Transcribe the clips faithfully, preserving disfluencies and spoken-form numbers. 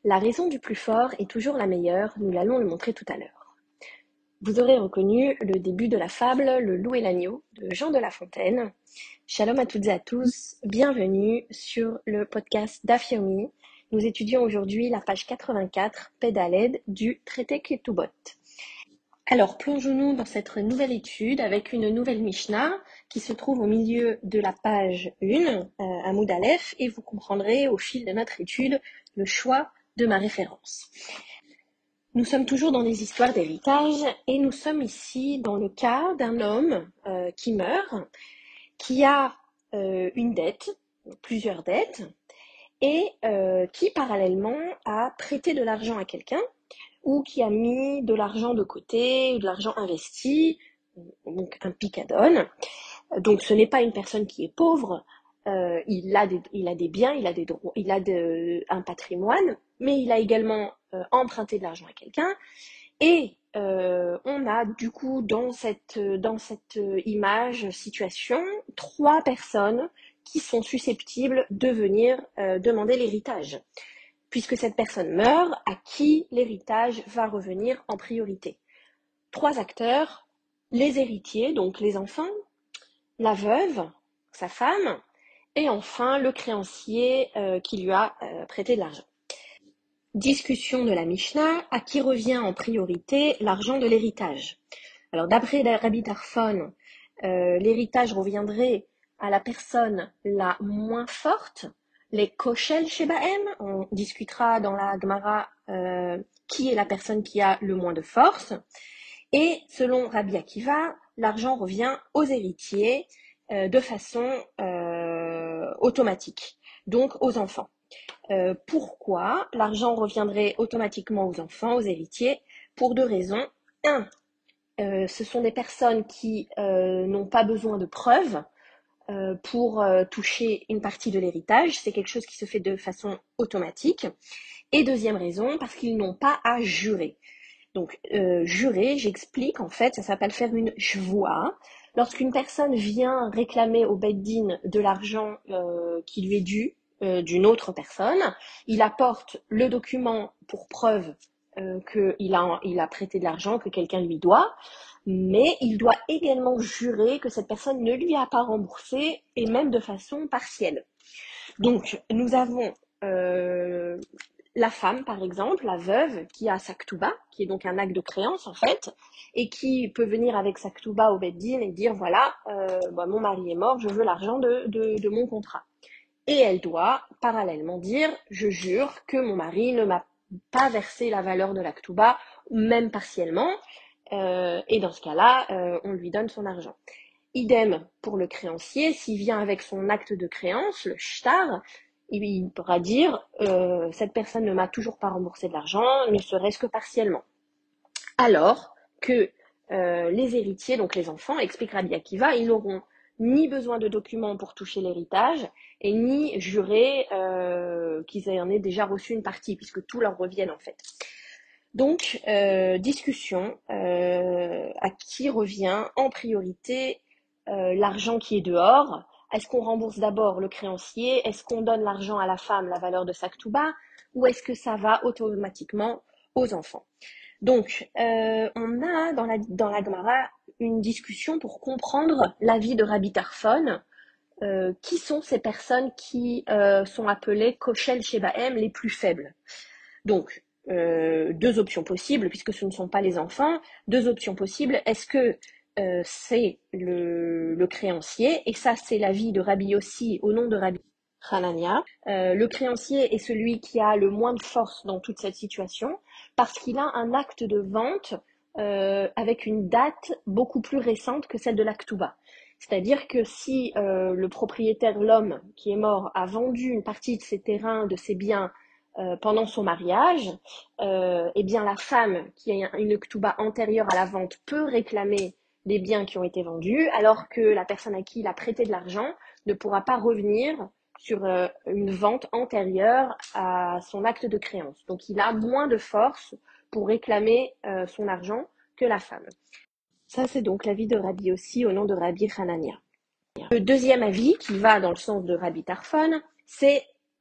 La raison du plus fort est toujours la meilleure, nous l'allons le montrer tout à l'heure. Vous aurez reconnu le début de la fable Le loup et l'agneau de Jean de La Fontaine. Shalom à toutes et à tous, bienvenue sur le podcast Daf Yomi. Nous étudions aujourd'hui la page quatre-vingt-quatre, Pédaled, du traité Ketubot. Alors plongeons-nous dans cette nouvelle étude avec une nouvelle Mishnah qui se trouve au milieu de la page un, euh, Amoud Aleph, et vous comprendrez au fil de notre étude le choix de ma référence. Nous sommes toujours dans des histoires d'héritage et nous sommes ici dans le cas d'un homme euh, qui meurt, qui a euh, une dette, plusieurs dettes, et euh, qui parallèlement a prêté de l'argent à quelqu'un ou qui a mis de l'argent de côté, de l'argent investi, donc un picadone. Donc ce n'est pas une personne qui est pauvre, euh, il a des, il a des biens, il a des droits, il a de, un patrimoine, mais il a également euh, emprunté de l'argent à quelqu'un. Et euh, on a du coup dans cette, dans cette image, situation, trois personnes qui sont susceptibles de venir euh, demander l'héritage, puisque cette personne meurt, à qui l'héritage va revenir en priorité. Trois acteurs, les héritiers, donc les enfants, la veuve, sa femme, et enfin le créancier euh, qui lui a euh, prêté de l'argent. Discussion de la Mishnah, à qui revient en priorité l'argent de l'héritage. Alors d'après Rabbi Tarfon, euh, l'héritage reviendrait à la personne la moins forte, les koshel shebahem. On discutera dans la Gemara euh, qui est la personne qui a le moins de force. Et selon Rabbi Akiva, l'argent revient aux héritiers euh, de façon euh, automatique, donc aux enfants. Euh, pourquoi l'argent reviendrait automatiquement aux enfants, aux héritiers? Pour deux raisons. Un, euh, ce sont des personnes qui euh, n'ont pas besoin de preuves euh, pour euh, toucher une partie de l'héritage. C'est quelque chose qui se fait de façon automatique. Et deuxième raison, parce qu'ils n'ont pas à jurer. Donc, euh, jurer, j'explique, en fait, ça s'appelle faire une shvoua. Lorsqu'une personne vient réclamer au Beit Din de l'argent euh, qui lui est dû euh, d'une autre personne, il apporte le document pour preuve euh, qu'il a, il a prêté de l'argent, que quelqu'un lui doit, mais il doit également jurer que cette personne ne lui a pas remboursé, et même de façon partielle. Donc, nous avons euh, la femme, par exemple, la veuve, qui a sa ketouba, qui est donc un acte de créance, en fait, et qui peut venir avec sa ketouba au Beit Din et dire, voilà, euh, bah, mon mari est mort, je veux l'argent de, de, de mon contrat. Et elle doit, parallèlement, dire, je jure que mon mari ne m'a pas versé la valeur de la ketouba, même partiellement, euh, et dans ce cas-là, euh, on lui donne son argent. Idem pour le créancier, s'il vient avec son acte de créance, le shtar, il pourra dire euh, cette personne ne m'a toujours pas remboursé de l'argent, ne serait-ce que partiellement. Alors que euh, les héritiers, donc les enfants, explique Rabbi Akiva, ils n'auront ni besoin de documents pour toucher l'héritage et ni jurer euh, qu'ils en aient déjà reçu une partie, puisque tout leur revient en fait. Donc, euh, discussion, euh, à qui revient en priorité euh, l'argent qui est dehors? Est-ce qu'on rembourse d'abord le créancier? Est-ce qu'on donne l'argent à la femme, la valeur de sa ketouba? Ou est-ce que ça va automatiquement aux enfants? Donc, euh, on a dans la, dans la Gemara une discussion pour comprendre l'avis de Rabbi Tarfon. Euh, qui sont ces personnes qui euh, sont appelées koshel shebahem, les plus faibles? Donc, euh, deux options possibles, puisque ce ne sont pas les enfants, deux options possibles. Est-ce que euh, c'est le, le créancier? Et ça, c'est l'avis de Rabbi Yossi au nom de Rabbi Hanania. Euh, le créancier est celui qui a le moins de force dans toute cette situation, parce qu'il a un acte de vente euh, avec une date beaucoup plus récente que celle de la ketouba. C'est-à-dire que si euh, le propriétaire, l'homme qui est mort, a vendu une partie de ses terrains, de ses biens, Euh, pendant son mariage, euh, eh bien la femme qui a une ketouba antérieure à la vente peut réclamer les biens qui ont été vendus, alors que la personne à qui il a prêté de l'argent ne pourra pas revenir sur euh, une vente antérieure à son acte de créance. Donc il a moins de force pour réclamer euh, son argent que la femme. Ça, c'est donc l'avis de Rabbi Yossi au nom de Rabbi Hanania. Le deuxième avis, qui va dans le sens de Rabbi Tarfon, c'est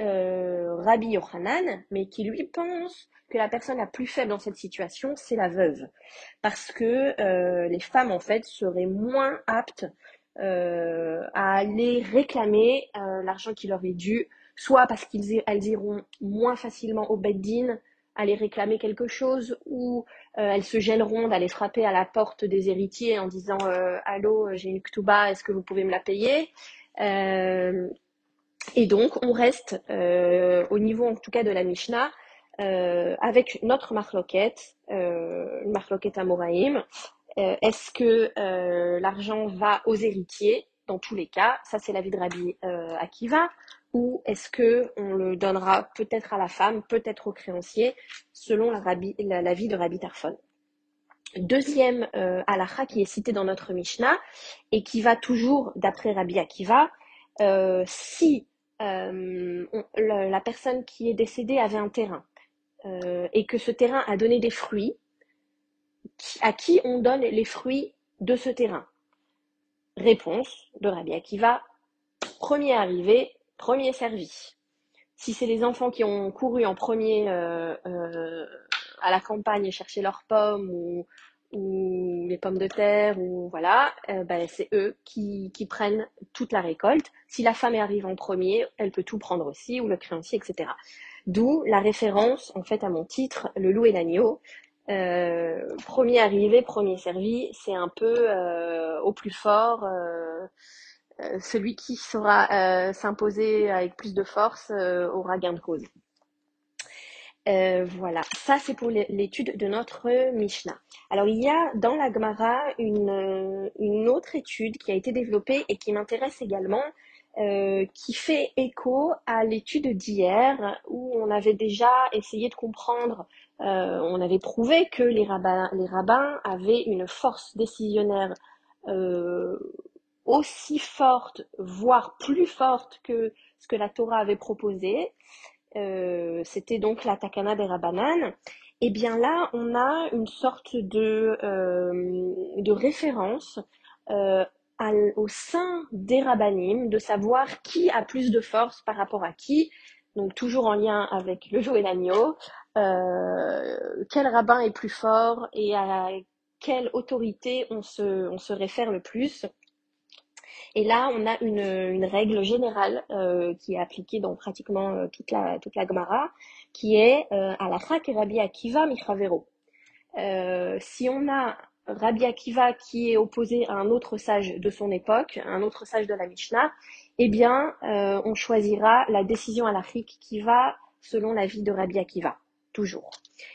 euh, Rabbi Yochanan, mais qui lui pense que la personne la plus faible dans cette situation, c'est la veuve. Parce que euh, les femmes, en fait, seraient moins aptes euh, à aller réclamer euh, l'argent qui leur est dû, soit parce qu'elles iront moins facilement au Beth Din aller réclamer quelque chose, ou euh, elles se gêneront d'aller frapper à la porte des héritiers en disant euh, « Allô, j'ai une ktouba, est-ce que vous pouvez me la payer ?» euh, Et donc, on reste euh, au niveau, en tout cas, de la Mishnah, euh, avec notre marloquette, euh, une marloquette Amoraïm. Euh, est-ce que euh, l'argent va aux héritiers dans tous les cas? Ça, c'est l'avis de Rabbi euh, Akiva. Ou est-ce que on le donnera peut-être à la femme, peut-être au créancier, selon la rabbi, la, l'avis de Rabbi Tarfon. Deuxième euh, halakha qui est cité dans notre Mishnah et qui va toujours d'après Rabbi Akiva, euh, si euh, on, la, la personne qui est décédée avait un terrain euh, et que ce terrain a donné des fruits, qui, à qui on donne les fruits de ce terrain? Réponse de Rabbi Akiva, premier arrivé, premier servi. Si c'est les enfants qui ont couru en premier euh, euh, à la campagne chercher leurs pommes ou, ou les pommes de terre, ou voilà, euh, ben, c'est eux qui, qui prennent toute la récolte. Si la femme arrive en premier, elle peut tout prendre aussi, ou le créancier, et cetera. D'où la référence, en fait, à mon titre, le loup et l'agneau. Euh, premier arrivé, premier servi, c'est un peu euh, au plus fort. Euh, Euh, celui qui saura euh, s'imposer avec plus de force euh, aura gain de cause. Euh, voilà, ça c'est pour l'étude de notre Mishnah. Alors il y a dans la Gemara une, une autre étude qui a été développée et qui m'intéresse également, euh, qui fait écho à l'étude d'hier où on avait déjà essayé de comprendre, euh, on avait prouvé que les rabbins, les rabbins avaient une force décisionnaire euh, aussi forte, voire plus forte que ce que la Torah avait proposé. Euh, c'était donc la Takana des Rabbanan. Et bien là, on a une sorte de, euh, de référence euh, à, au sein des Rabbanim, de savoir qui a plus de force par rapport à qui, donc toujours en lien avec le veau et l'agneau, euh, quel rabbin est plus fort et à quelle autorité on se, on se réfère le plus. Et là, on a une, une règle générale euh, qui est appliquée dans pratiquement euh, toute la toute la Gemara, qui est euh, halakha ke Rabbi Akiva michavero. Euh, si on a Rabbi Akiva qui est opposé à un autre sage de son époque, un autre sage de la Mishnah, eh bien, euh, on choisira la décision halachique qui va selon l'avis de Rabbi Akiva, toujours.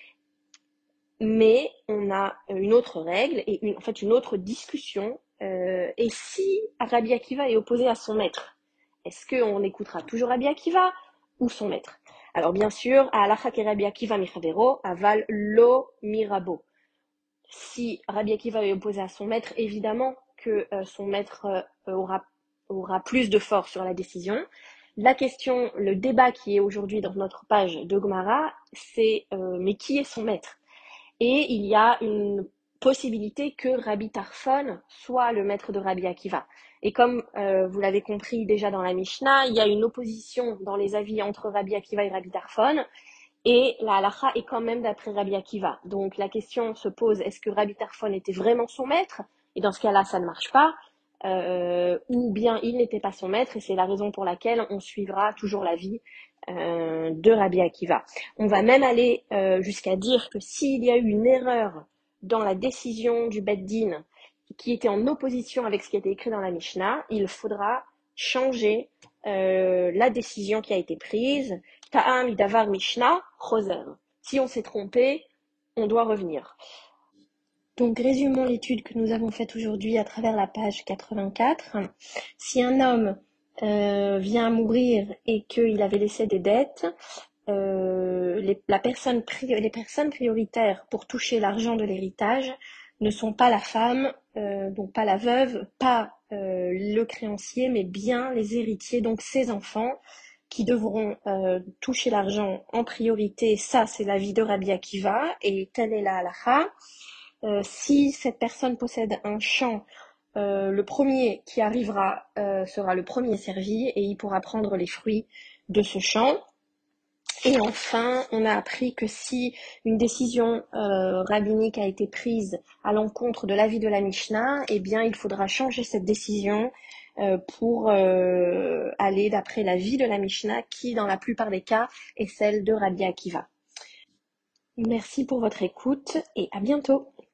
Mais on a une autre règle et une, en fait une autre discussion. Euh, et si Rabbi Akiva est opposé à son maître, est-ce qu'on écoutera toujours Rabbi Akiva ou son maître? Alors bien sûr, à halakha ke Rabbi Akiva michavero, aval lo mirabo. Si Rabbi Akiva est opposé à son maître, évidemment que euh, son maître euh, aura, aura plus de force sur la décision. La question, le débat qui est aujourd'hui dans notre page de Gemara, c'est euh, mais qui est son maître? Et il y a une possibilité que Rabbi Tarfon soit le maître de Rabbi Akiva. Et comme euh, vous l'avez compris déjà dans la Mishnah, il y a une opposition dans les avis entre Rabbi Akiva et Rabbi Tarfon, et la halakha est quand même d'après Rabbi Akiva. Donc la question se pose, est-ce que Rabbi Tarfon était vraiment son maître? Et dans ce cas-là, ça ne marche pas. Euh, ou bien il n'était pas son maître, et c'est la raison pour laquelle on suivra toujours l'avis euh, de Rabbi Akiva. On va même aller euh, jusqu'à dire que s'il y a eu une erreur dans la décision du Beth Din qui était en opposition avec ce qui était écrit dans la Mishnah, il faudra changer euh, la décision qui a été prise. Ta'am idavar Mishnah choser. Si on s'est trompé, on doit revenir. Donc, résumons l'étude que nous avons faite aujourd'hui à travers la page quatre-vingt-quatre. Si un homme euh, vient à mourir et qu'il avait laissé des dettes, euh, les, la personne pri- les personnes prioritaires pour toucher l'argent de l'héritage ne sont pas la femme, euh, donc pas la veuve, pas euh, le créancier, mais bien les héritiers, donc ses enfants, qui devront euh, toucher l'argent en priorité. Ça, c'est l'avis de Rabbi Akiva, et telle est la halakha. Euh, si cette personne possède un champ, euh, le premier qui arrivera euh, sera le premier servi et il pourra prendre les fruits de ce chant. Et enfin, on a appris que si une décision euh, rabbinique a été prise à l'encontre de l'avis de la Mishnah, eh bien, il faudra changer cette décision euh, pour euh, aller d'après l'avis de la Mishnah, qui, dans la plupart des cas, est celle de Rabbi Akiva. Merci pour votre écoute et à bientôt.